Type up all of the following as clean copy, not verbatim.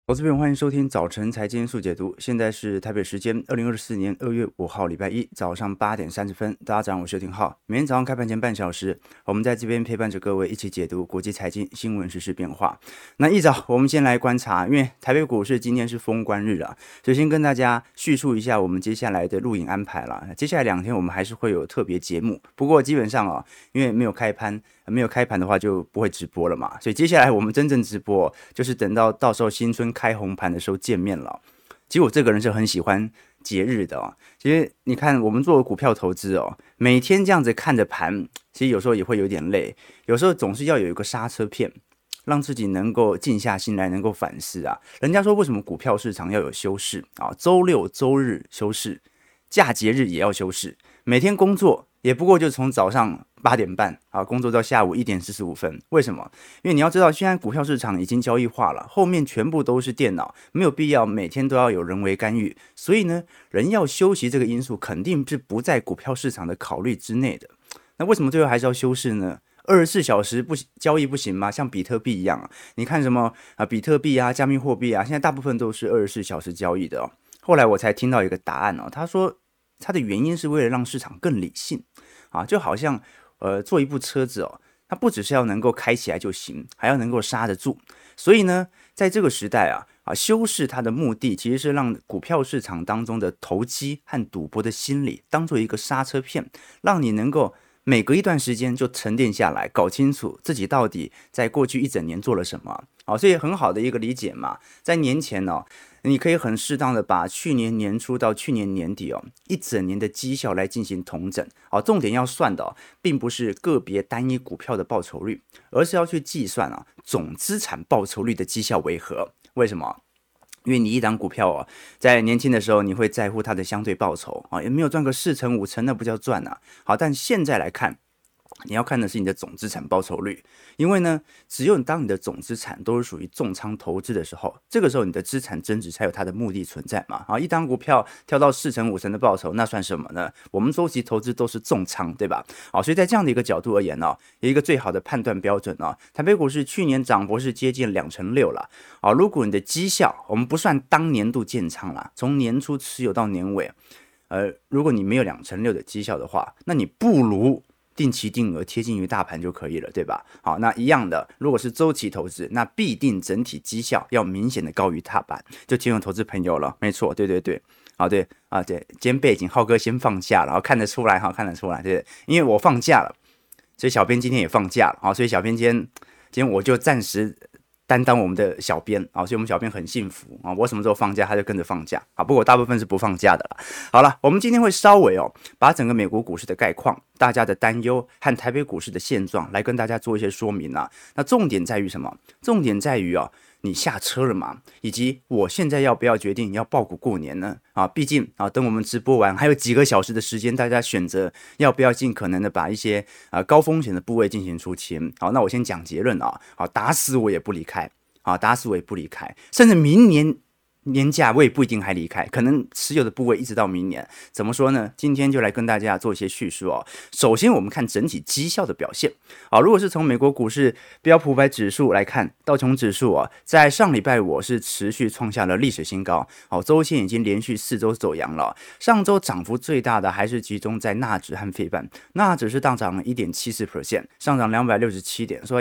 投资朋友，欢迎收听早晨财经速解读。现在是台北时间2024年2月5号礼拜一早上8点30分。大家早上，我是廷浩。每天早上开盘前半小时，我们在这边陪伴着各位一起解读国际财经新闻、时事变化。那一早，我们先来观察，因为台北股市今天是封关日啊，所以先跟大家叙述一下我们接下来的录影安排了。接下来2天我们还是会有特别节目，不过基本上啊，因为没有开盘的话就不会直播了嘛，所以接下来我们真正直播就是等到时候新春开红盘的时候见面了。其实我这个人是很喜欢节日的哦。其实你看我们做股票投资哦，每天这样子看着盘，其实有时候也会有点累，有时候总是要有一个刹车片，让自己能够静下心来，能够反思啊。人家说为什么股票市场要有休市啊？周六周日休市，假节日也要休市，每天工作也不过就从早上8点半啊工作到下午1点45分。为什么？因为你要知道，现在股票市场已经交易化了，后面全部都是电脑，没有必要每天都要有人为干预。所以呢，人要休息这个因素肯定是不在股票市场的考虑之内的。那为什么最后还是要休市呢？24小时不交易不行吗？像比特币一样啊，你看什么啊，比特币啊，加密货币啊，现在大部分都是24小时交易的哦。后来我才听到一个答案哦，他说他的原因是为了让市场更理性啊，就好像做一部车子哦，它不只是要能够开起来就行，还要能够刹得住。所以呢，在这个时代休市它的目的其实是让股票市场当中的投机和赌博的心理当做一个刹车片，让你能够每隔一段时间就沉淀下来，搞清楚自己到底在过去一整年做了什么。所以很好的一个理解嘛，在年前你可以很适当的把去年年初到去年年底一整年的绩效来进行统整。重点要算的并不是个别单一股票的报酬率，而是要去计算总资产报酬率的绩效为何。为什么？因为你一档股票在年轻的时候你会在乎它的相对报酬也没有赚个4成5成，那不叫赚啊。好，但现在来看，你要看的是你的总资产报酬率，因为呢，只有当你的总资产都是属于重仓投资的时候，这个时候你的资产增值才有它的目的存在嘛。一档股票跳到4成5成的报酬，那算什么呢？我们周期投资都是重仓，对吧？所以在这样的一个角度而言有一个最好的判断标准台北股市去年涨幅是接近2成6了如果你的绩效，我们不算当年度建仓啦，从年初持有到年尾，如果你没有2成6的绩效的话，那你不如定期定额贴近于大盘就可以了，对吧？好，那一样的，如果是周期投资，那必定整体绩效要明显的高于大盘，就提醒投资朋友了。没错，对对对，对，今天背景浩哥先放假了，然后看得出来，对，因为我放假了，所以小编今天也放假了，所以小编今天我就暂时担当我们的小编所以我们小编很幸福我什么时候放假他就跟着放假不过大部分是不放假的啦。好了，我们今天会稍微把整个美国股市的概况、大家的担忧和台北股市的现状来跟大家做一些说明那重点在于什么？重点在于你下车了吗？以及我现在要不要决定要抱股过年呢？毕竟等我们直播完还有几个小时的时间，大家选择要不要尽可能的把一些高风险的部位进行出清。好，那我先讲结论打死我也不离开打死我也不离开，甚至明年年假我也不一定还离开，可能持有的部位一直到明年。怎么说呢？今天就来跟大家做一些叙述首先我们看整体绩效的表现如果是从美国股市标普500指数来看，道琼指数在上礼拜五是持续创下了历史新高周线已经连续4周走阳了上周涨幅最大的还是集中在纳指和费半，纳指是大涨 1.74%， 上涨267点，收到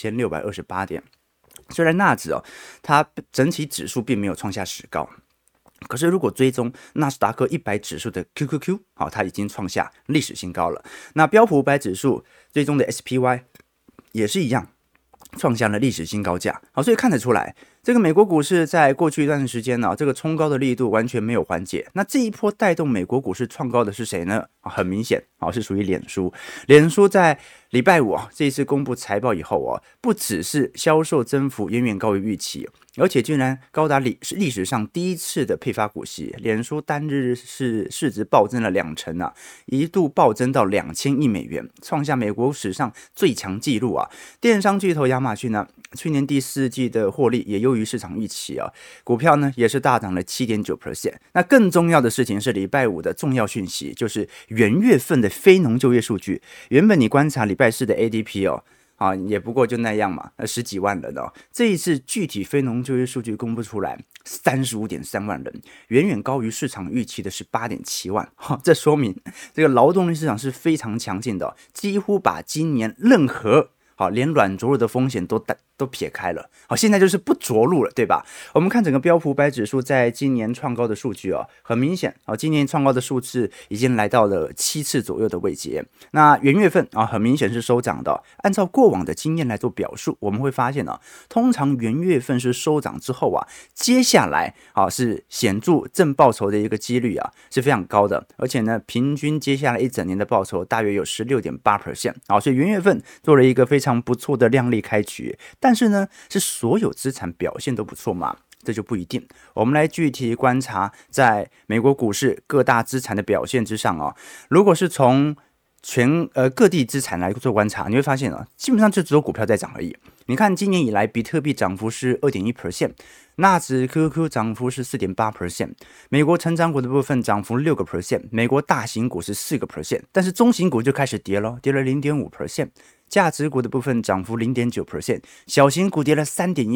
15628点。虽然纳指它整体指数并没有创下史高，可是如果追踪纳斯达克100指数的 QQQ 它已经创下历史新高了。那标普500指数追踪的 SPY 也是一样，创下了历史新高价所以看得出来，这个美国股市在过去一段时间这个冲高的力度完全没有缓解。那这一波带动美国股市创高的是谁呢？很明显是属于脸书。脸书在礼拜五这一次公布财报以后不只是销售增幅远远高于预期，而且居然高达历史上第一次的配发股息。脸书单日是市值暴增了2成一度暴增到2000亿美元，创下美国史上最强纪录电商巨头亚马逊去年第4季的获利也优于市场预期股票呢也是大涨了 7.9%。 那更重要的事情是礼拜五的重要讯息，就是元月份的非农就业数据。原本你观察礼拜4的 ADP 啊，也不过就那样嘛，10几万人哦。这一次具体非农就业数据公布出来，35.3万人，远远高于市场预期的18.7万。这说明这个劳动力市场是非常强劲的哦，几乎把今年任何连软着陆的风险都撇开了，现在就是不着陆了，对吧？我们看整个标普500指数在今年创高的数据很明显今年创高的数字已经来到了7次左右的位阶。那元月份很明显是收涨的。按照过往的经验来做表述，我们会发现通常元月份是收涨之后接下来是显著正报酬的一个几率是非常高的，而且呢，平均接下来一整年的报酬大约有 16.8%， 所以元月份做了一个非常不错的亮丽开局。但是呢，是所有资产表现都不错吗？这就不一定。我们来具体观察在美国股市各大资产的表现之上如果是从各地资产来做观察，你会发现基本上就只有股票在涨而已。你看今年以来，比特币涨幅是 2.1%， 纳指 QQ 涨幅是 4.8%， 美国成长股的部分涨幅 6%， 美国大型股是 4%， 但是中型股就开始跌了，跌了 0.5%。价值股的部分涨幅 0.9%， 小型股跌了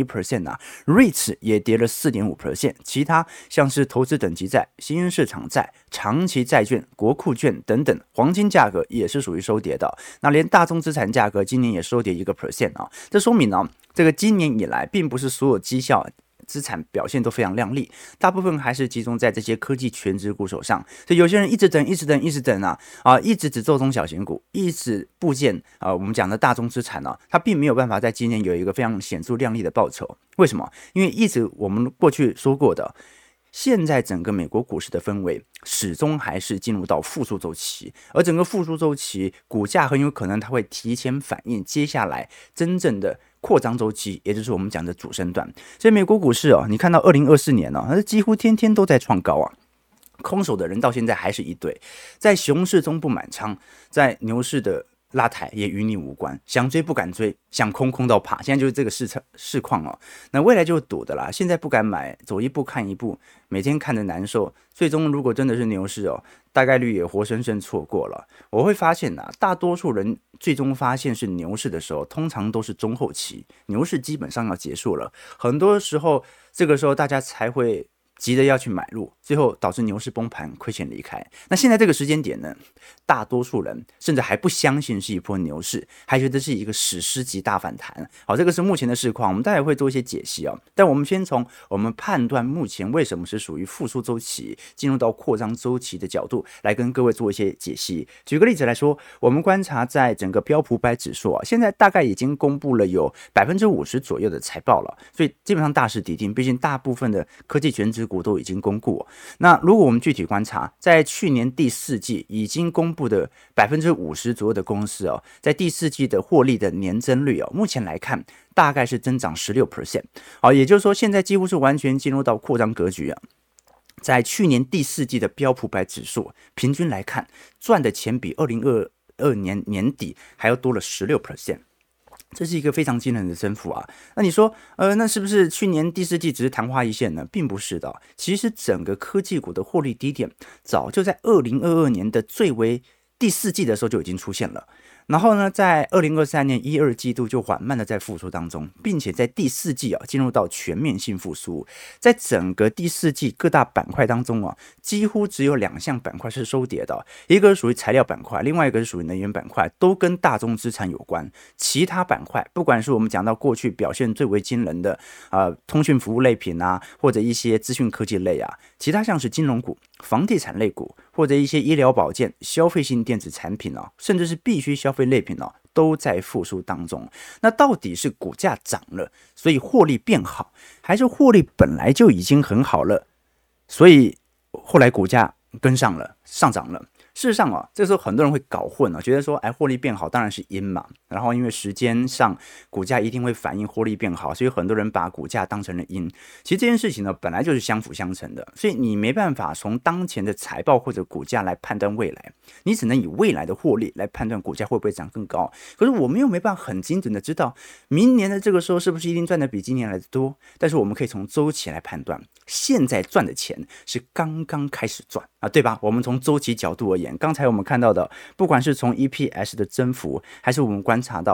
3.1%REITs 也跌了 4.5%， 其他像是投资等级债、新兴市场债、长期债券、国库券等等，黄金价格也是属于收跌的。那连大宗资产价格今年也收跌1%这说明这个今年以来并不是所有绩效资产表现都非常亮丽，大部分还是集中在这些科技全指股手上。所以有些人一直等一直只做中小型股，一直部件我们讲的大宗资产它并没有办法在今年有一个非常显著亮丽的报酬。为什么？因为一直我们过去说过的，现在整个美国股市的氛围始终还是进入到复苏周期，而整个复苏周期，股价很有可能它会提前反映接下来真正的扩张周期，也就是我们讲的主升段。所以美国股市你看到2024年几乎天天都在创高空手的人到现在还是一堆，在熊市中不满仓，在牛市的拉抬也与你无关，想追不敢追，想空到怕，现在就是这个市况那未来就赌的啦，现在不敢买，走一步看一步，每天看着难受，最终如果真的是牛市大概率也活生生错过了。我会发现大多数人最终发现是牛市的时候，通常都是中后期，牛市基本上要结束了，很多时候这个时候大家才会急着要去买入，最后导致牛市崩盘，亏钱离开。那现在这个时间点呢，大多数人甚至还不相信是一波牛市，还觉得是一个史诗级大反弹。好，这个是目前的市况，我们待会会做一些解析但我们先从我们判断目前为什么是属于复苏周期，进入到扩张周期的角度来跟各位做一些解析。举个例子来说，我们观察在整个标普500指数现在大概已经公布了有 50% 左右的财报了，所以基本上大势已定，毕竟大部分的科技全指股都已经公布那如果我们具体观察，在去年第4季已经公布的 50% 左右的公司在第4季的获利的年增率目前来看大概是增长 16%。也就是说现在几乎是完全进入到扩张格局在去年第4季的标普500指数平均来看，赚的钱比2022年年底还要多了 16%。这是一个非常惊人的增幅那你说那是不是去年第4季只是昙花一现呢？并不是的其实整个科技股的获利低点早就在2022年的最为第4季的时候就已经出现了，然后呢，在2023年1、2季度就缓慢的在复苏当中，并且在第4季进入到全面性复苏。在整个第4季各大板块当中几乎只有2项板块是收跌的，一个是属于材料板块，另外一个是属于能源板块，都跟大宗资产有关。其他板块，不管是我们讲到过去表现最为惊人的通讯服务类品或者一些资讯科技类其他像是金融股、房地产类股，或者一些医疗保健、消费性电子产品甚至是必须消费类品都在复苏当中。那到底是股价涨了，所以获利变好，还是获利本来就已经很好了，所以后来股价跟上了，上涨了？事实上这时候很多人会搞混觉得说获利变好当然是因嘛，然后因为时间上股价一定会反映获利变好，所以很多人把股价当成了因。其实这件事情本来就是相辅相成的，所以你没办法从当前的财报或者股价来判断未来，你只能以未来的获利来判断股价会不会涨更高。可是我们又没办法很精准的知道明年的这个时候是不是一定赚的比今年来的多，但是我们可以从周期来判断，现在赚的钱是刚刚开始赚对吧？我们从周期角度而言，刚才我们看到的，不管是从 EPS 的增幅，还是我们观察到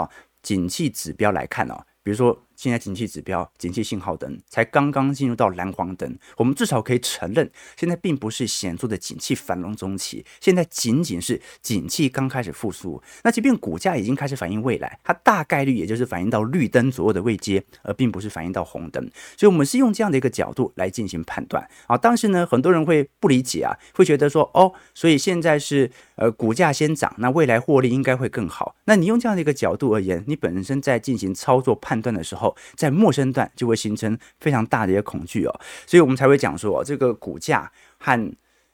景气指标来看哦，比如说现在景气指标、景气信号灯才刚刚进入到蓝黄灯，我们至少可以承认，现在并不是显著的景气繁荣中期，现在仅仅是景气刚开始复苏。那即便股价已经开始反映未来，它大概率也就是反映到绿灯左右的位阶，而并不是反映到红灯。所以我们是用这样的一个角度来进行判断啊。但是呢，很多人会不理解啊，会觉得说哦，所以现在是股价先涨，那未来获利应该会更好。那你用这样的一个角度而言，你本身在进行操作判断的时候，在陌生段就会形成非常大的一个恐惧哦，所以我们才会讲说，这个股价和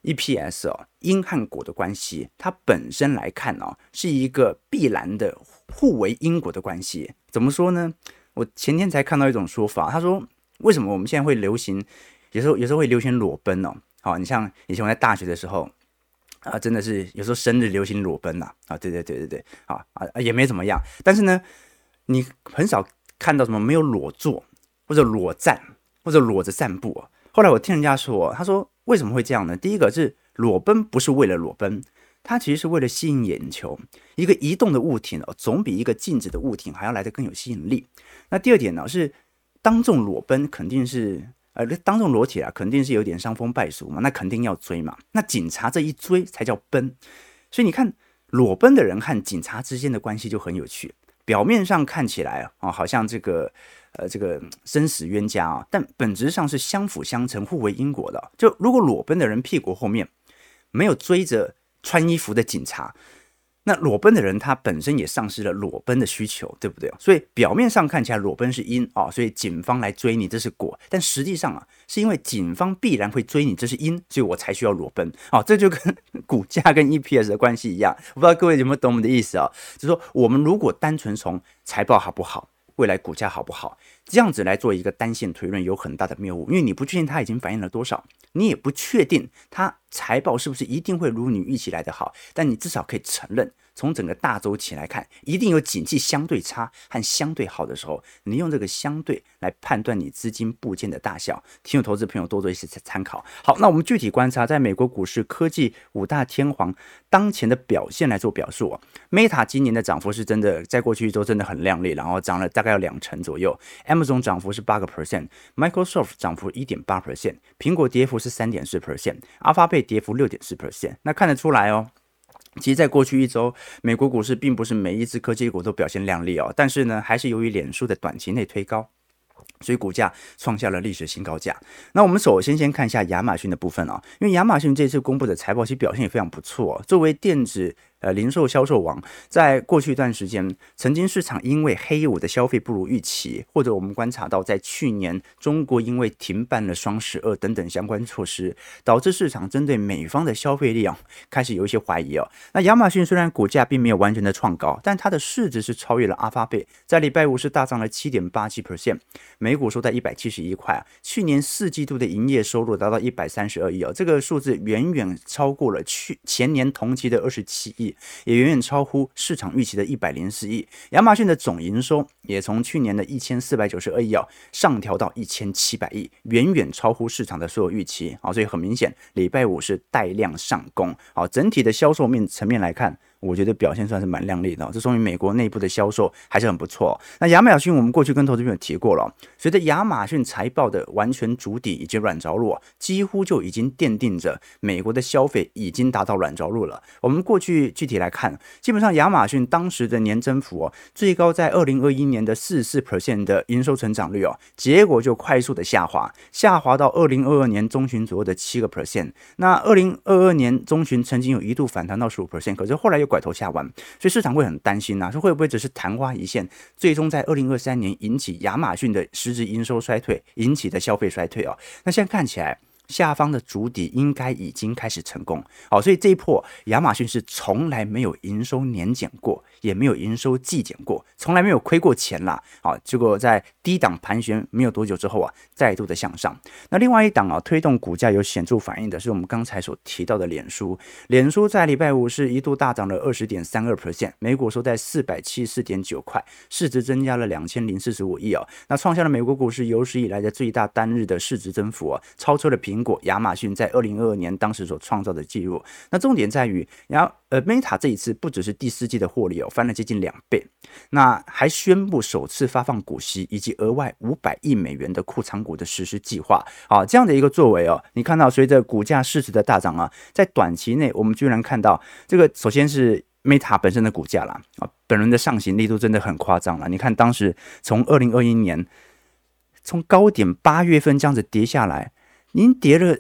EPS 哦，因和果的关系，它本身来看哦，是一个必然的互为因果的关系。怎么说呢？我前天才看到一种说法，他说为什么我们现在会流行，有时候会流行裸奔哦。好，你像以前我在大学的时候。真的是有时候生日流行裸奔呐，对，也没怎么样。但是呢，你很少看到什么没有裸坐或者裸站或者裸着散步哦。后来我听人家说，他说为什么会这样呢？第一个是裸奔不是为了裸奔，它其实是为了吸引眼球。一个移动的物体呢，总比一个静止的物体还要来得更有吸引力。那第二点呢，是当众裸奔肯定是。当众裸体啊，肯定是有点伤风败俗嘛，那肯定要追嘛。那警察这一追才叫奔，所以你看裸奔的人和警察之间的关系就很有趣。表面上看起来啊，好像这个生死冤家啊，但本质上是相辅相成、互为因果的。就如果裸奔的人屁股后面没有追着穿衣服的警察，那裸奔的人他本身也丧失了裸奔的需求，对不对？所以表面上看起来裸奔是因啊，所以警方来追你这是果，但实际上啊，是因为警方必然会追你这是因，所以我才需要裸奔。这就跟股价跟 EPS 的关系一样。我不知道各位有没有懂我们的意思啊？就是说我们如果单纯从财报好不好，未来股价好不好，这样子来做一个单线推论，有很大的谬误，因为你不确定它已经反映了多少，你也不确定它财报是不是一定会如你预期来的好，但你至少可以承认，从整个大周期来看，一定有景气相对差和相对好的时候，你用这个相对来判断你资金部件的大小，听众投资朋友多做一些参考。好，那我们具体观察在美国股市科技五大天皇当前的表现来做表述。Meta 今年的涨幅是真的，在过去一周真的很亮丽，然后涨了大概有2%左右。Amazon 涨幅是8%， Microsoft 涨幅 1.8%， 苹果跌幅是3.4%， 阿发贝跌幅 6.4%。 那看得出来哦，其实在过去一周，美国股市并不是每一只科技股都表现亮丽哦，但是呢，还是由于脸书的短期内推高，所以股价创下了历史新高价。那我们首先看一下亚马逊的部分哦，因为亚马逊这次公布的财报其实表现也非常不错哦。作为电子零售销售网，在过去一段时间，曾经市场因为黑五的消费不如预期，或者我们观察到在去年中国因为停办了双12等等相关措施，导致市场针对美方的消费力开始有一些怀疑哦。那亚马逊虽然股价并没有完全的创高，但它的市值是超越了阿发贝，在礼拜五是大涨了 7.87%， 每股收在171块啊。去年4季度的营业收入达到132亿哦，这个数字远远超过了前年同期的27亿。也远远超乎市场预期的104亿。亚马逊的总营收也从去年的1492亿上调到1700亿，远远超乎市场的所有预期。所以很明显，礼拜五是带量上攻。整体的销售面层面来看，我觉得表现算是蛮亮丽的，这说明美国内部的销售还是很不错。那亚马逊我们过去跟投资朋友提过了，随着亚马逊财报的完全筑底以及软着陆，几乎就已经奠定着美国的消费已经达到软着陆了。我们过去具体来看，基本上亚马逊当时的年增幅最高在2021年的 44% 的营收成长率结果就快速的下滑到2022年中旬左右的 7%。那2022年中旬曾经有一度反弹到 15%， 可是后来又拐头下弯，所以市场会很担心说会不会只是昙花一现，最终在2023年引起亚马逊的实质营收衰退，引起的消费衰退那现在看起来下方的筑底应该已经开始成功。所以这一波亚马逊是从来没有营收年减过，也没有营收季减过，从来没有亏过钱啦。结果在低档盘旋没有多久之后再度的向上。那另外一档推动股价有显著反应的是我们刚才所提到的脸书。脸书在礼拜五是一度大涨了 20.32%， 每股收在 474.9 块，市值增加了2045亿那创下了美国股市有史以来的最大单日的市值增幅超车了苹苹果、亚马逊在2022年当时所创造的记录。那重点在于，Meta 这一次不只是第4季的获利翻了接近2倍，那还宣布首次发放股息，以及额外500亿美元的库藏股的实施计划。这样的一个作为你看到随着股价市值的大涨在短期内我们居然看到这个，首先是 Meta 本身的股价啦，本轮的上行力度真的很夸张了。你看当时从2021年从高点8月份这样子跌下来，已经跌了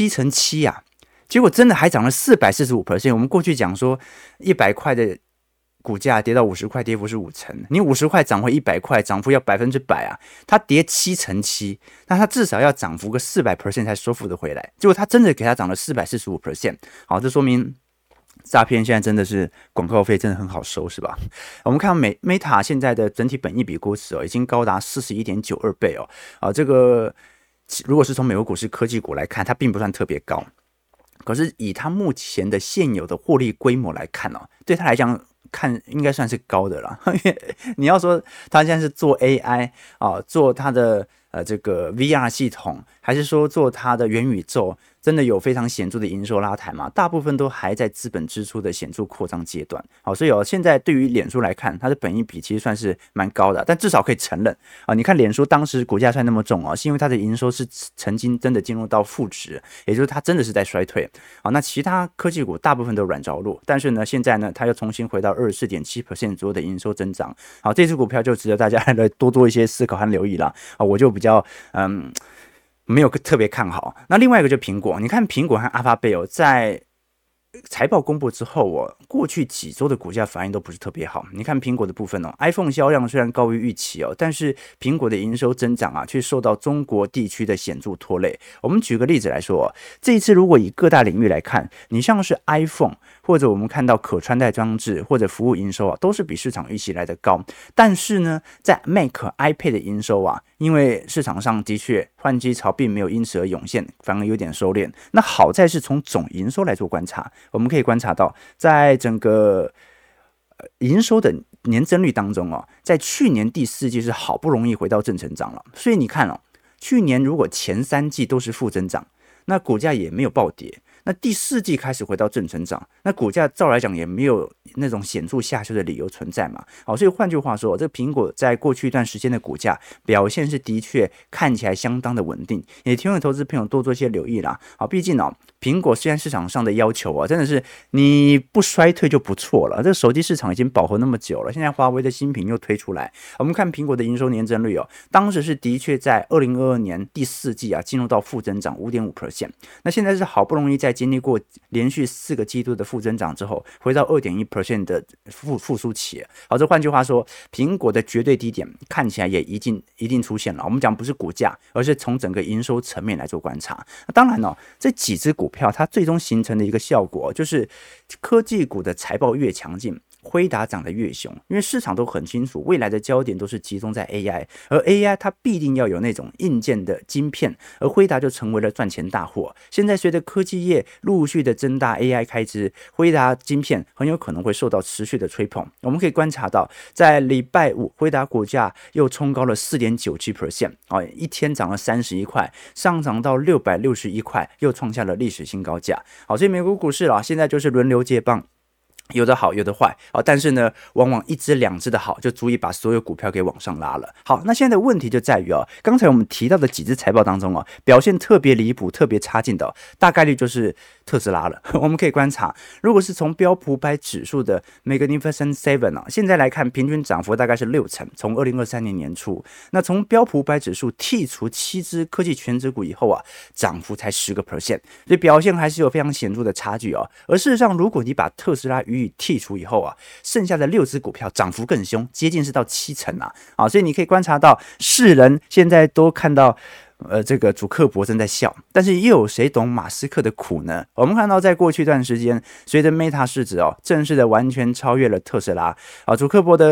7%啊，结果真的还涨了445%。我们过去讲说100块的股价跌到50块，跌幅是50%，你50块涨回100块，涨幅要100%啊，它跌7%，那它至少要涨幅个400% 才收复的回来，结果它真的给它涨了445%。好，这说明诈骗现在真的是广告费真的很好收，是吧？我们看到Meta 现在的整体本益比估值已经高达41.92倍这个如果是从美国股市科技股来看，它并不算特别高，可是以它目前的现有的获利规模来看对它来讲看应该算是高的啦。你要说它现在是做 AI 做它的这个 VR 系统，还是说做它的元宇宙，真的有非常显著的营收拉抬吗？大部分都还在资本支出的显著扩张阶段。所以现在对于脸书来看，它的本益比其实算是蛮高的，但至少可以承认你看脸书当时股价算那么重是因为它的营收是曾经真的进入到负值，也就是它真的是在衰退。那其他科技股大部分都软着陆，但是呢，现在呢，它又重新回到24.7% 左右的营收增长。好，这支股票就值得大家来多做一些思考和留意啦。我就比较没有特别看好。那另外一个就是苹果，你看苹果和阿发贝在财报公布之后过去几周的股价反应都不是特别好。你看苹果的部分iPhone 销量虽然高于预期但是苹果的营收增长却受到中国地区的显著拖累。我们举个例子来说这一次如果以各大领域来看，你像是 iPhone 或者我们看到可穿戴装置或者服务营收都是比市场预期来的高。但是呢，在 Mac、iPad 的营收因为市场上的确换机潮并没有因此而涌现，反而有点收敛。那好在是从总营收来做观察，我们可以观察到，在整个营收的年增率当中在去年第4季是好不容易回到正成长了。所以你看去年如果前3季都是负增长，那股价也没有暴跌。那第4季开始回到正成长，那股价照来讲也没有那种显著下修的理由存在嘛。所以换句话说，这个苹果在过去一段时间的股价表现是的确看起来相当的稳定，也提供投资朋友多做一些留意啦。毕竟苹果现在市场上的要求真的是你不衰退就不错了。这个手机市场已经饱和那么久了，现在华为的新品又推出来，我们看苹果的营收年增率当时是的确在2022年第4季进入到负增长 5.5%， 那现在是好不容易在经历过连续4个季度的负增长之后，回到 2.1% 的复苏期。好，这换句话说，苹果的绝对低点看起来也一定出现了。我们讲不是股价，而是从整个营收层面来做观察。那当然这几只股票它最终形成的一个效果，就是科技股的财报越强劲，辉达涨得越凶，因为市场都很清楚，未来的焦点都是集中在 AI， 而 AI 它必定要有那种硬件的晶片，而辉达就成为了赚钱大户。现在随着科技业陆续的增大 AI 开支，辉达晶片很有可能会受到持续的吹捧。我们可以观察到，在礼拜五，辉达股价又冲高了 4.97%， 一天涨了31块，上涨到661块，又创下了历史新高价。好，所以美国股市现在就是轮流接棒，有的好有的坏但是呢往往一只两只的好就足以把所有股票给往上拉了。好，那现在的问题就在于刚才我们提到的几只财报当中表现特别离谱特别差劲的大概率就是特斯拉了。我们可以观察，如果是从标普500指数的 Magnificent Seven 现在来看，平均涨幅大概是6%，从2023年年初。那从标普500指数剔除7只科技全指股以后涨幅才10%，所以表现还是有非常显著的差距而事实上，如果你把特斯拉予以剔除以后剩下的6只股票涨幅更凶，接近是到7%所以你可以观察到，世人现在都看到这个祖克伯正在笑，但是又有谁懂马斯克的苦呢？我们看到在过去一段时间，随着 Meta 市值正式的完全超越了特斯拉祖克伯的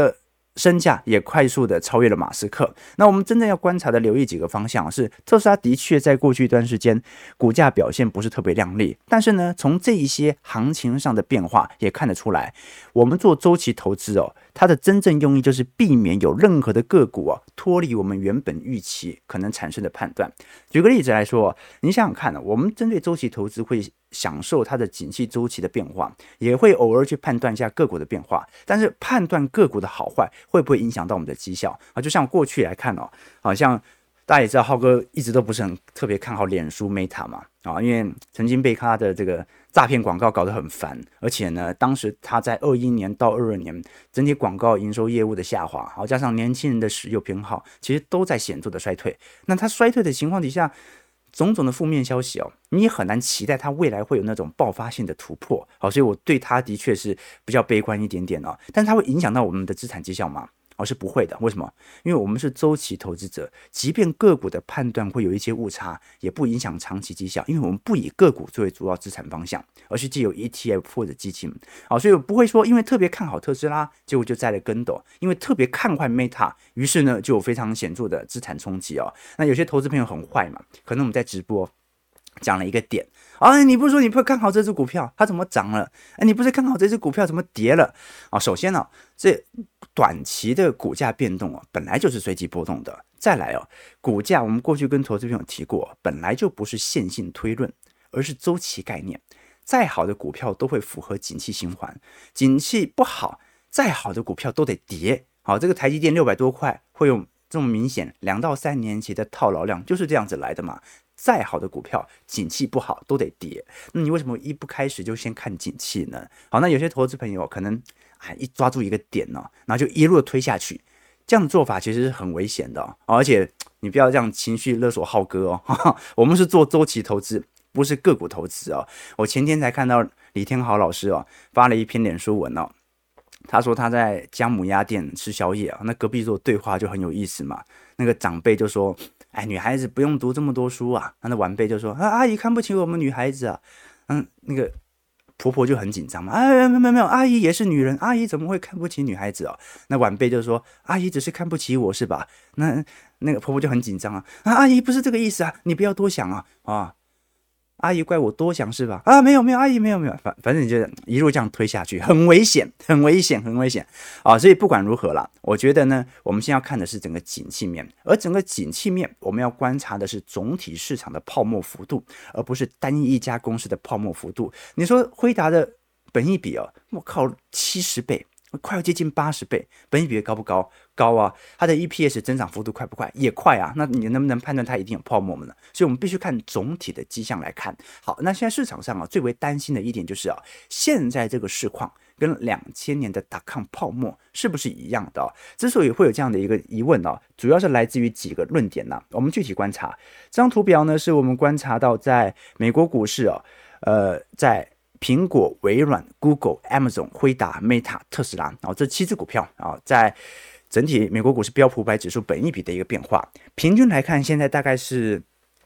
身价也快速的超越了马斯克。那我们真正要观察的留意几个方向是，特斯拉的确在过去一段时间股价表现不是特别亮丽，但是呢，从这一些行情上的变化也看得出来，我们做周期投资它的真正用意就是避免有任何的个股脱离我们原本预期可能产生的判断。举个例子来说，你想想看我们针对周期投资会享受它的景气周期的变化，也会偶尔去判断一下个股的变化，但是判断个股的好坏会不会影响到我们的绩效就像过去来看好像大家也知道，浩哥一直都不是很特别看好脸书 Meta 嘛因为曾经被他的这个诈骗广告搞得很烦，而且呢，当时他在21年到22年整体广告营收业务的下滑，加上年轻人的使用偏好，其实都在显著的衰退。那他衰退的情况底下，种种的负面消息你也很难期待它未来会有那种爆发性的突破所以我对它的确是比较悲观一点点但是它会影响到我们的资产绩效吗？是不会的。为什么？因为我们是周期投资者，即便个股的判断会有一些误差，也不影响长期绩效，因为我们不以个股作为主要资产方向，而是藉由 ETF 或者基金所以我不会说因为特别看好特斯拉，结果就栽了跟斗，因为特别看坏 Meta， 于是呢就有非常显著的资产冲击那有些投资朋友很坏嘛，可能我们在直播讲了一个点你不是说你不看好这只股票，它怎么涨了？你不是看好这只股票怎么跌了？首先这短期的股价变动本来就是随机波动的。再来股价我们过去跟投资朋友提过，本来就不是线性推论，而是周期概念。再好的股票都会符合景气循环，景气不好，再好的股票都得跌。这个台积电600多块会有这么明显2到3年期的套牢量，就是这样子来的嘛。再好的股票，景气不好都得跌。那你为什么一不开始就先看景气呢？好，那有些投资朋友可能一抓住一个点然后就一路的推下去，这样的做法其实是很危险的而且你不要这样情绪勒索浩哥我们是做周期投资，不是个股投资我前天才看到李天豪老师发了一篇脸书文他说他在姜母鸭店吃宵夜那隔壁桌对话就很有意思嘛。那个长辈就说女孩子不用读这么多书那晚辈就说阿姨看不起我们女孩子那个婆婆就很紧张嘛没有，阿姨也是女人，阿姨怎么会看不起女孩子那晚辈就说阿姨只是看不起我是吧？那个婆婆就很紧张阿姨不是这个意思你不要多想阿姨怪我多想是吧？没有，阿姨没有，反正你就一路这样推下去，很危险所以不管如何啦，我觉得呢，我们现在要看的是整个景气面，而整个景气面我们要观察的是总体市场的泡沫幅度，而不是单一家公司的泡沫幅度。你说辉达的本益比我靠70倍。快要接近80倍，本益比高不高？高它的 EPS 增长幅度快不快？也快那你能不能判断它一定有泡沫呢？所以我们必须看总体的迹象来看。好，那现在市场上最为担心的一点就是现在这个市况跟2000年的.com 泡沫是不是一样的之所以会有这样的一个疑问主要是来自于几个论点我们具体观察这张图表呢，是我们观察到在美国股市在苹果、微软、Google、Amazon、辉达、Meta、特斯拉这7只股票在整体美国股市标普500指数本益比的一个变化，平均来看现在大概是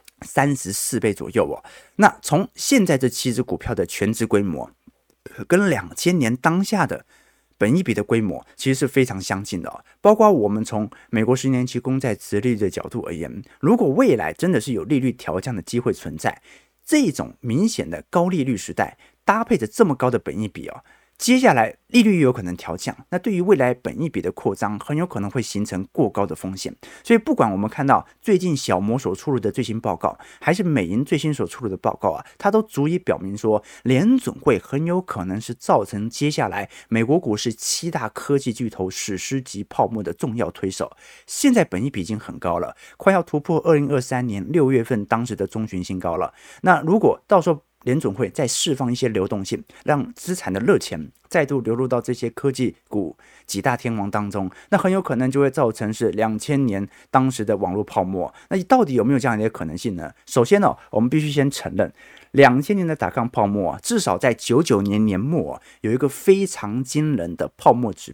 34倍左右那从现在这7只股票的全值规模跟2000年当下的本益比的规模其实是非常相近的包括我们从美国10年期公债殖利率的角度而言，如果未来真的是有利率调降的机会存在，这种明显的高利率时代搭配着这么高的本益比接下来利率有可能调降，那对于未来本益比的扩张很有可能会形成过高的风险。所以不管我们看到最近小摩所出炉的最新报告，还是美银最新所出炉的报告它都足以表明说联准会很有可能是造成接下来美国股市7大科技巨头史诗级泡沫的重要推手。现在本益比已经很高了，快要突破2023年6月份当时的中旬新高了。那如果到时候联准会再释放一些流动性，让资产的热钱再度流入到这些科技股几大天王当中，那很有可能就会造成是2000年当时的网络泡沫。那到底有没有这样的一个可能性呢？首先我们必须先承认2000年的.com 泡沫至少在99年年末有一个非常惊人的泡沫指标，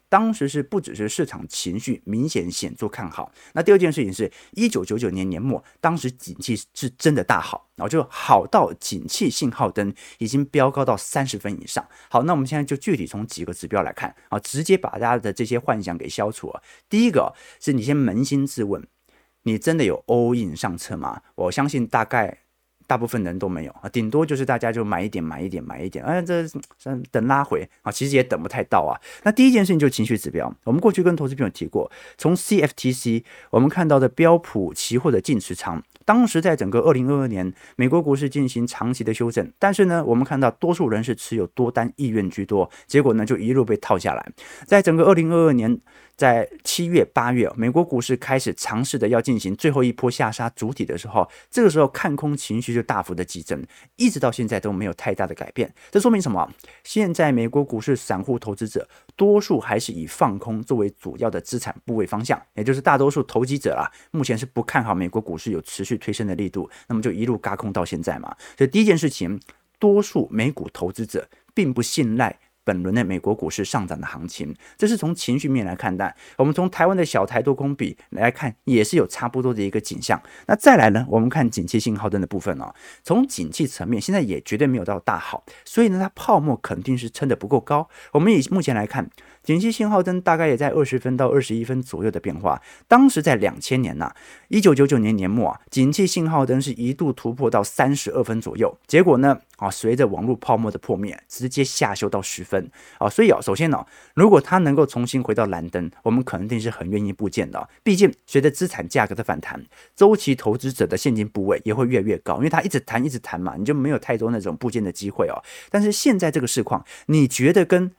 当时是不只是市场情绪明显显著看好，那第二件事情是1999年年末，当时景气是真的大好，然后就好到景气信号灯已经飙高到30分以上。好，那我们现在就具体从几个指标来看啊，直接把大家的这些幻想给消除啊。第一个是你先扪心自问，你真的有 all in 上车吗？我相信大部分人都没有啊，顶多就是大家就买一点，这等拉回啊，其实也等不太到啊。那第一件事情就是情绪指标，我们过去跟投资朋友提过，从 CFTC 我们看到的标普期货的净持仓，当时在整个2022年，美国股市进行长期的修正，但是呢，我们看到多数人是持有多单意愿居多，结果呢就一路被套下来。在整个2022年，在7月、8月，美国股市开始尝试的要进行最后一波下杀主体的时候，这个时候看空情绪就大幅的激增，一直到现在都没有太大的改变。这说明什么？现在美国股市散户投资者多数还是以放空作为主要的资产部位方向，也就是大多数投机者啦，目前是不看好美国股市有持续推升的力度，那么就一路轧空到现在嘛。所以第一件事情，多数美股投资者并不信赖本轮的美国股市上涨的行情，这是从情绪面来看待。我们从台湾的小台多空比来看，也是有差不多的一个景象。那再来呢，我们看景气信号灯的部分哦，从景气层面，现在也绝对没有到大好，所以呢，它泡沫肯定是撑得不够高。我们以目前来看，景气信号灯大概也在20分到21分左右的变化。当时在2000年1999年年末景气信号灯是一度突破到32分左右，结果呢，随着网络泡沫的破灭，直接下修到10分。所以首先如果它能够重新回到蓝灯，我们肯定是很愿意布建的。毕竟随着资产价格的反弹，周期投资者的现金部位也会越来越高，因为它一直弹嘛，你就没有太多那种布建的机会。但是现在这个市况，你觉得跟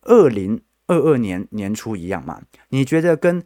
2022年年初一样吗？你觉得跟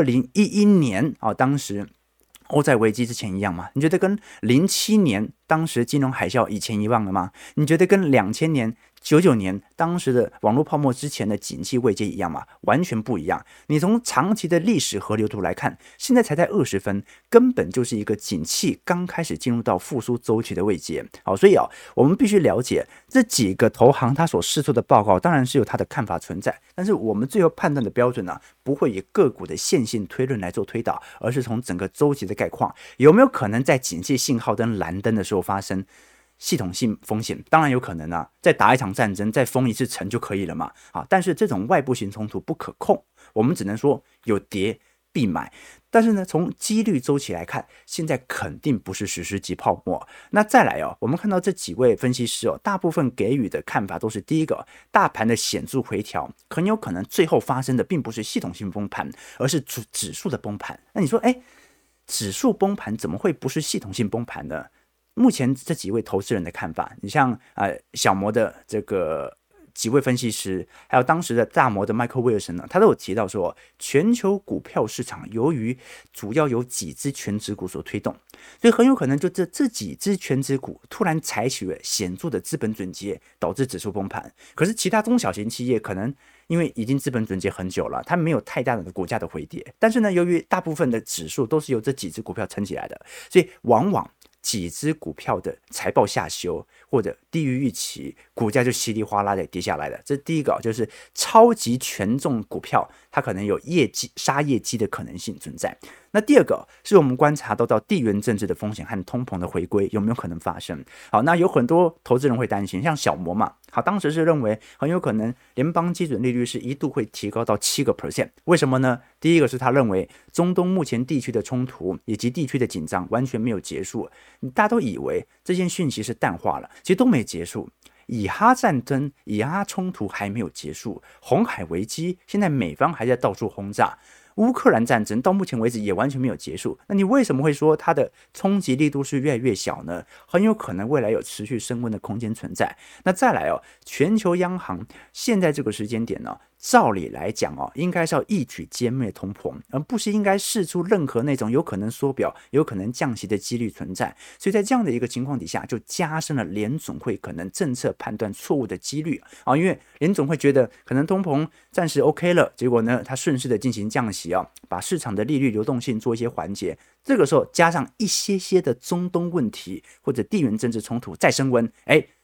2011年当时欧债危机之前一样吗？你觉得跟07年当时金融海啸以前一样了吗？你觉得跟2000年99年当时的网络泡沫之前的景气位阶一样吗？完全不一样。你从长期的历史河流图来看，现在才在20分，根本就是一个景气刚开始进入到复苏周期的位阶。所以我们必须了解这几个投行他所释出的报告，当然是有他的看法存在，但是我们最后判断的标准不会以个股的线性推论来做推导，而是从整个周期的概况，有没有可能在景气信号灯蓝灯的时候发生系统性风险？当然有可能再打一场战争，再封一次城就可以了嘛。但是这种外部型冲突不可控，我们只能说有跌必买。但是呢，从几率周期来看，现在肯定不是史诗级泡沫。那再来我们看到这几位分析师大部分给予的看法都是：第一个，大盘的显著回调很有可能最后发生的并不是系统性崩盘，而是指数的崩盘。那你说，指数崩盘怎么会不是系统性崩盘呢？目前这几位投资人的看法，你像小摩的这个几位分析师，还有当时的大摩的 Michael Wilson 他都有提到说，全球股票市场由于主要由几只全指股所推动，所以很有可能就这几只全指股突然采取了显著的资本准结，导致指数崩盘。可是其他中小型企业可能因为已经资本准结很久了，它没有太大的股价的回跌，但是呢，由于大部分的指数都是由这几只股票撑起来的，所以往往几只股票的财报下修或者低于预期，股价就稀里哗啦的跌下来了。这是第一个，就是超级权重股票它可能有杀业绩的可能性存在。那第二个是我们观察到地缘政治的风险和通膨的回归有没有可能发生。好，那有很多投资人会担心，像小摩嘛，好，当时是认为很有可能联邦基准利率是一度会提高到7%。为什么呢？第一个是他认为中东目前地区的冲突以及地区的紧张完全没有结束，大家都以为这件讯息是淡化了，其实都没结束。以哈战争、以哈冲突还没有结束，红海危机现在美方还在到处轰炸，乌克兰战争到目前为止也完全没有结束。那你为什么会说它的冲击力度是越来越小呢？很有可能未来有持续升温的空间存在。那再来全球央行现在这个时间点照理来讲应该是要一举歼灭通膨，而不是应该释出任何那种有可能缩表、有可能降息的几率存在。所以在这样的一个情况底下，就加深了联总会可能政策判断错误的几率因为联总会觉得可能通膨暂时 OK 了，结果呢，它顺势的进行降息把市场的利率流动性做一些缓解。这个时候加上一些的中东问题或者地缘政治冲突再升温，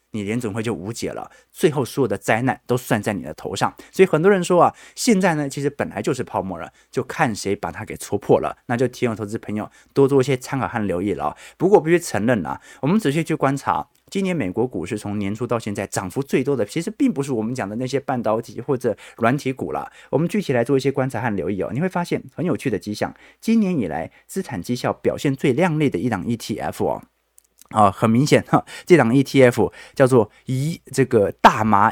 你联准会就无解了，最后所有的灾难都算在你的头上。所以很多人说啊，现在呢其实本来就是泡沫了，就看谁把它给戳破了。那就提醒投资朋友多做一些参考和留意了。不过我必须承认啦，我们仔细去观察，今年美国股市从年初到现在涨幅最多的，其实并不是我们讲的那些半导体或者软体股啦。我们具体来做一些观察和留意你会发现很有趣的迹象。今年以来资产绩效表现最亮丽的一档 ETF很明显这档 ETF 叫做这个大麻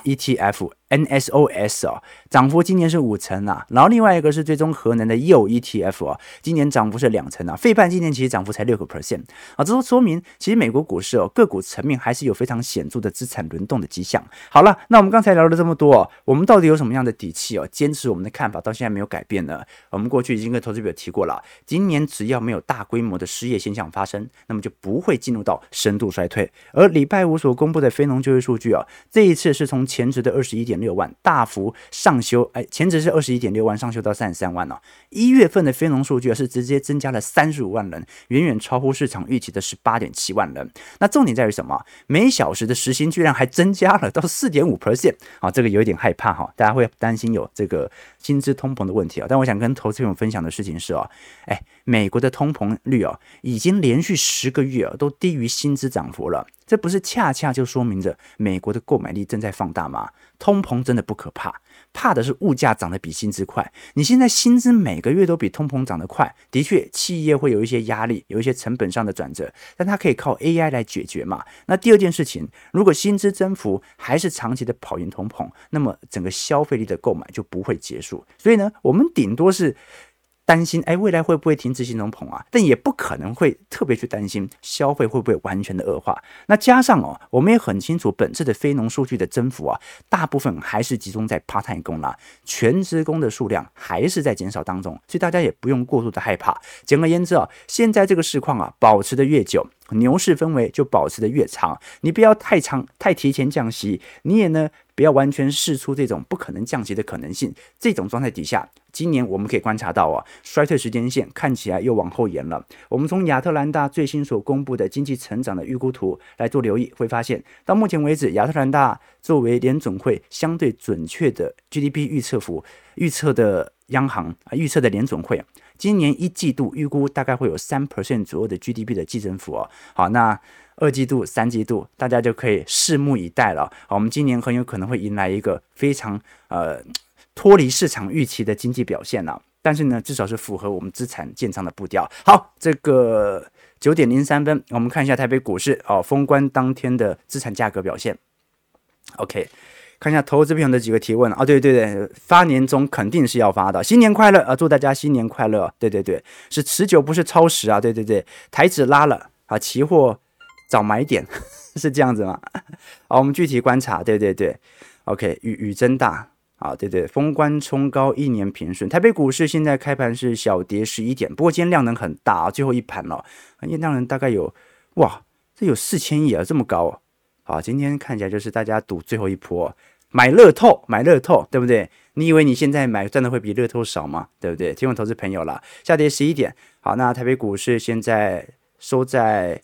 ETF。NSOS 涨幅今年是5%然后另外一个是追踪核能的铀 ETF 今年涨幅是2%费半今年其实涨幅才6%这都说明其实美国股市个股层面还是有非常显著的资产轮动的迹象。好了，那我们刚才聊了这么多我们到底有什么样的底气坚持我们的看法到现在没有改变呢？我们过去已经跟投资者提过了，今年只要没有大规模的失业现象发生，那么就不会进入到深度衰退。而礼拜五所公布的非农就业数据这一次是从前值的21.6万大幅上修，前值是21.6万上修到33万1月份的非农数据是直接增加了35万人，远远超乎市场预期的18.7万人。那重点在于什么？每小时的时薪居然还增加了到 4.5%这个有一点害怕大家会担心有这个薪资通膨的问题但我想跟投资朋友分享的事情是美国的通膨率已经连续10个月都低于薪资涨幅了，这不是恰恰就说明着美国的购买力正在放大吗？通膨真的不可怕，怕的是物价涨得比薪资快。你现在薪资每个月都比通膨涨得快，的确企业会有一些压力，有一些成本上的转折，但它可以靠 AI 来解决嘛。那第二件事情，如果薪资增幅还是长期的跑赢通膨，那么整个消费力的购买就不会结束。所以呢，我们顶多是担心未来会不会停止性通膨但也不可能会特别去担心消费会不会完全的恶化。那加上我们也很清楚本次的非农数据的增幅大部分还是集中在 part time 工啦，全职工的数量还是在减少当中，所以大家也不用过度的害怕。简而言之现在这个市况保持的越久，牛市氛围就保持的越长，你不要太提前降息，你也呢不要完全释出这种不可能降息的可能性。这种状态底下，今年我们可以观察到衰退时间线看起来又往后延了。我们从亚特兰大最新所公布的经济成长的预估图来做留意，会发现到目前为止，亚特兰大作为联准会相对准确的 GDP 预测的央行预测的联准会今年1季度预估大概会有 3% 左右的 GDP 的季增幅好，那2季度、3季度大家就可以拭目以待了。我们今年很有可能会迎来一个非常脱离市场预期的经济表现但是呢，至少是符合我们资产建仓的步调。好，这个9点03分，我们看一下台北股市封关当天的资产价格表现。OK。看一下投资朋友的几个提问对，发年终肯定是要发的，新年快乐祝大家新年快乐。对，是持久不是超时对，台指拉了期货早买点是这样子吗？好，我们具体观察，对 OK， 雨真大对，封关冲高1年平顺。台北股市现在开盘是小跌11点，不过今天量能很大最后一盘量能大概有这有4000亿这么高好，今天看起来就是大家赌最后一波，买乐透，对不对？你以为你现在买赚的会比乐透少吗？对不对？提问投资朋友啦，下跌11点。好，那台北股市现在收在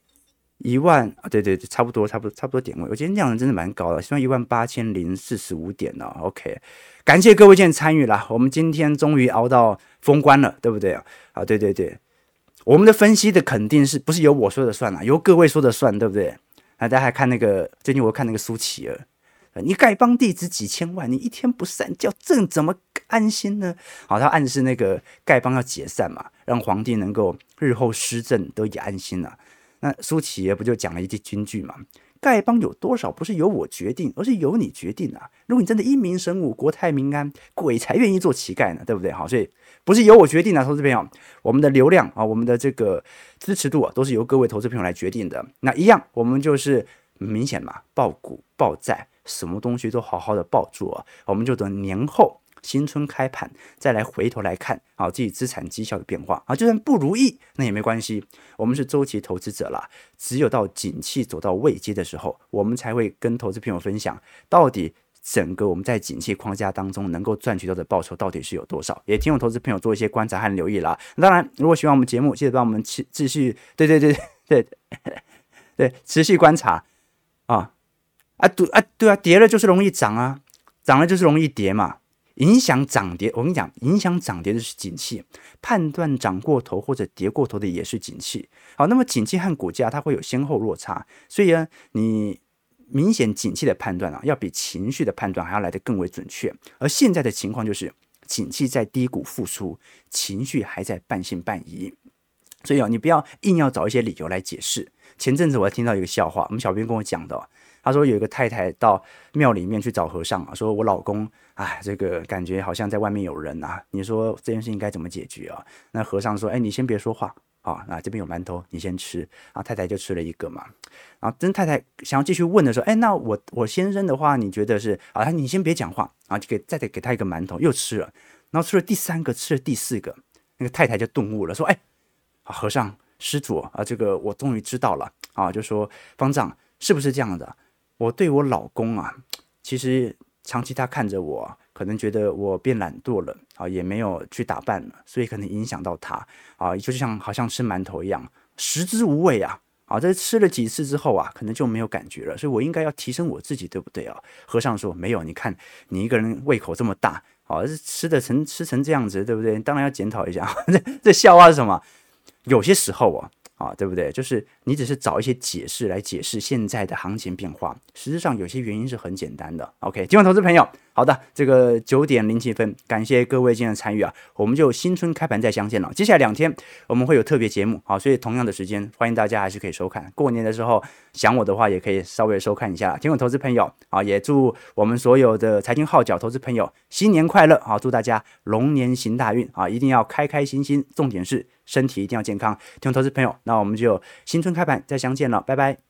1万对，差不多点位。我今天量能真的蛮高的，收18045点OK， 感谢各位今天参与啦，我们今天终于熬到封关了，对不对对，我们的分析的肯定是不是由我说的算由各位说的算，对不对？大家还看最近我看那个苏乞儿，你丐帮地址几千万，你一天不散叫朕怎么安心呢？好，他暗示那个丐帮要解散嘛，让皇帝能够日后施政都也安心了。那苏乞儿不就讲了一句金句嘛？丐帮有多少不是由我决定，而是由你决定如果你真的英明神武，国泰民安，鬼才愿意做乞丐呢，对不对？好，所以不是由我决定投资朋友，我们的流量我们的这个支持度都是由各位投资朋友来决定的。那一样，我们就是明显嘛，抱股抱债，什么东西都好好的抱住我们就等年后新春开盘再来回头来看自己资产绩效的变化就算不如意那也没关系，我们是周期投资者啦，只有到景气走到位阶的时候，我们才会跟投资朋友分享到底整个我们在景气框架当中能够赚取到的报酬到底是有多少，也听我投资朋友做一些观察和留意啦。当然如果喜欢我们节目，记得帮我们继续对持续观察对啊，跌了就是容易涨啊，涨了就是容易跌嘛。影响涨跌，我跟你讲，影响涨跌的是景气，判断涨过头或者跌过头的也是景气。好，那么景气和股价它会有先后落差，所以呢，你明显景气的判断要比情绪的判断还要来得更为准确。而现在的情况就是，景气在低谷复苏，情绪还在半信半疑。所以你不要硬要找一些理由来解释。前阵子我还听到一个笑话，我们小编跟我讲的，他说有一个太太到庙里面去找和尚说我老公，这个感觉好像在外面有人啊，你说这件事情该怎么解决啊？那和尚说，你先别说话啊，那这边有馒头，你先吃。然后太太就吃了一个嘛。然后真太太想要继续问的时候，那我先生的话，你觉得是你先别讲话，然后就再给他一个馒头，又吃了。然后吃了第3个，吃了第4个，那个太太就顿悟了，说，和尚施主这个我终于知道了就说方丈是不是这样的？我对我老公其实长期他看着我，可能觉得我变懒惰了也没有去打扮了，所以可能影响到他就好像吃馒头一样，食之无味这吃了几次之后可能就没有感觉了，所以我应该要提升我自己，对不对和尚说没有，你看你一个人胃口这么大吃成这样子，对不对？当然要检讨一下这笑话是什么？有些时候对不对？就是你只是找一些解释来解释现在的行情变化，实质上有些原因是很简单的。OK， 今晚投资朋友，好的，这个9点07分，感谢各位今天的参与我们就新春开盘再相见了。接下来2天我们会有特别节目所以同样的时间，欢迎大家还是可以收看。过年的时候想我的话，也可以稍微收看一下。今晚投资朋友也祝我们所有的财经号角投资朋友新年快乐祝大家龙年行大运一定要开开心心，重点是身体一定要健康。听众投资朋友，那我们就新春开盘再相见了，拜拜。